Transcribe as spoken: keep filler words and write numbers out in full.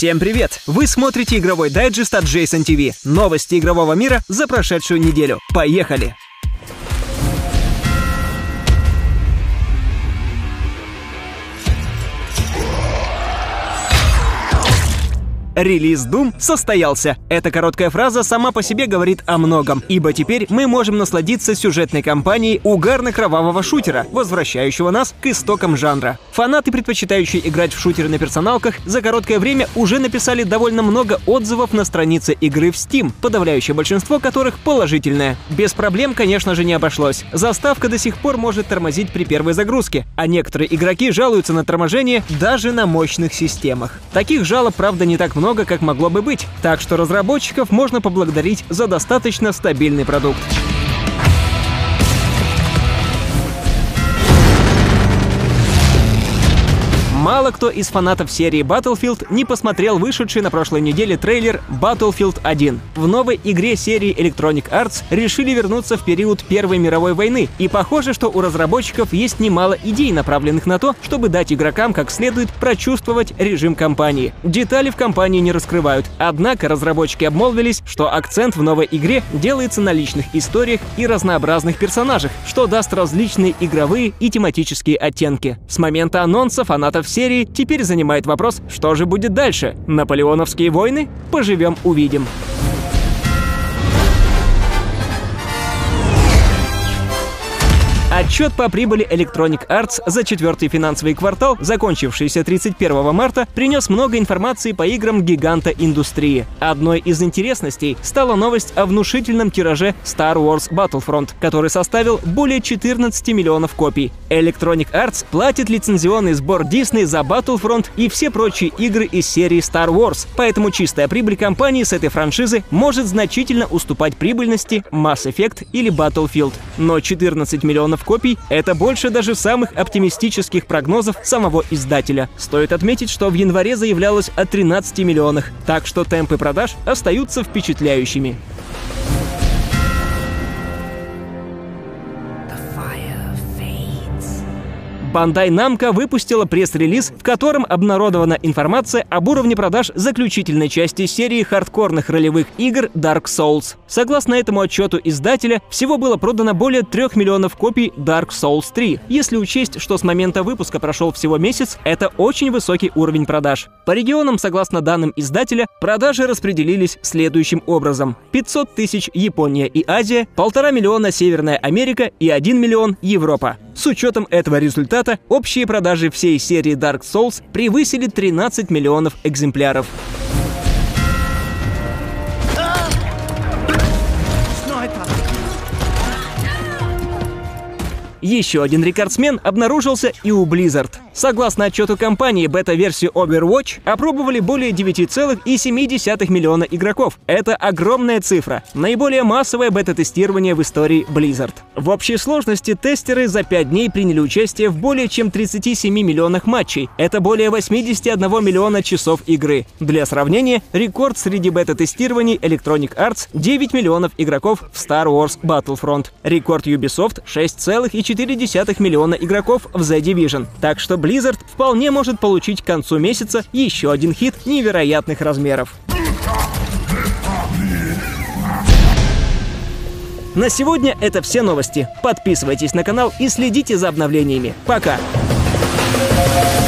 Всем привет! Вы смотрите игровой дайджест от Джейсон ти ви. Новости игрового мира за прошедшую неделю. Поехали! Релиз Doom состоялся. Эта короткая фраза сама по себе говорит о многом, ибо теперь мы можем насладиться сюжетной кампанией угарно-кровавого шутера, возвращающего нас к истокам жанра. Фанаты, предпочитающие играть в шутеры на персоналках, за короткое время уже написали довольно много отзывов на странице игры в Steam, подавляющее большинство которых положительное. Без проблем, конечно же, не обошлось. Заставка до сих пор может тормозить при первой загрузке, а некоторые игроки жалуются на торможение даже на мощных системах. Таких жалоб, правда, не так много. много, как могло бы быть, так что разработчиков можно поблагодарить за достаточно стабильный продукт. Мало кто из фанатов серии Battlefield не посмотрел вышедший на прошлой неделе трейлер Battlefield один. В новой игре серии Electronic Arts решили вернуться в период Первой мировой войны, и похоже, что у разработчиков есть немало идей, направленных на то, чтобы дать игрокам как следует прочувствовать режим кампании. Детали в кампании не раскрывают, однако разработчики обмолвились, что акцент в новой игре делается на личных историях и разнообразных персонажах, что даст различные игровые и тематические оттенки. С момента анонса фанатов серии теперь занимает вопрос, что же будет дальше? Наполеоновские войны? Поживем, увидим. Отчет по прибыли Electronic Arts за четвертый финансовый квартал, закончившийся тридцать первого марта, принес много информации по играм гиганта индустрии. Одной из интересностей стала новость о внушительном тираже Star Wars Battlefront, который составил более четырнадцати миллионов копий. Electronic Arts платит лицензионный сбор Disney за Battlefront и все прочие игры из серии Star Wars, поэтому чистая прибыль компании с этой франшизы может значительно уступать прибыльности Mass Effect или Battlefield. Но четырнадцать миллионов копий — это больше даже самых оптимистических прогнозов самого издателя. Стоит отметить, что в январе заявлялось о тринадцати миллионах, так что темпы продаж остаются впечатляющими. Bandai Namco выпустила пресс-релиз, в котором обнародована информация об уровне продаж заключительной части серии хардкорных ролевых игр Dark Souls. Согласно этому отчету издателя, всего было продано более трех миллионов копий Dark Souls три. Если учесть, что с момента выпуска прошел всего месяц, это очень высокий уровень продаж. По регионам, согласно данным издателя, продажи распределились следующим образом: пятьсот тысяч Япония и Азия, полтора миллиона Северная Америка и один миллион Европа. С учетом этого результата, общие продажи всей серии Dark Souls превысили тринадцать миллионов экземпляров. Еще один рекордсмен обнаружился и у Blizzard. Согласно отчету компании, бета-версию Overwatch опробовали более девяти целых семи десятых миллиона игроков. Это огромная цифра. Наиболее массовое бета-тестирование в истории Blizzard. В общей сложности тестеры за пять дней приняли участие в более чем тридцати семи миллионах матчей. Это более восьмидесяти одного миллиона часов игры. Для сравнения, рекорд среди бета-тестирований Electronic Arts — девять миллионов игроков в Star Wars Battlefront. Рекорд Ubisoft — шесть целых четыре десятых миллиона игроков в The Division. Так что Blizzard вполне может получить к концу месяца еще один хит невероятных размеров. На сегодня это все новости. Подписывайтесь на канал и следите за обновлениями. Пока!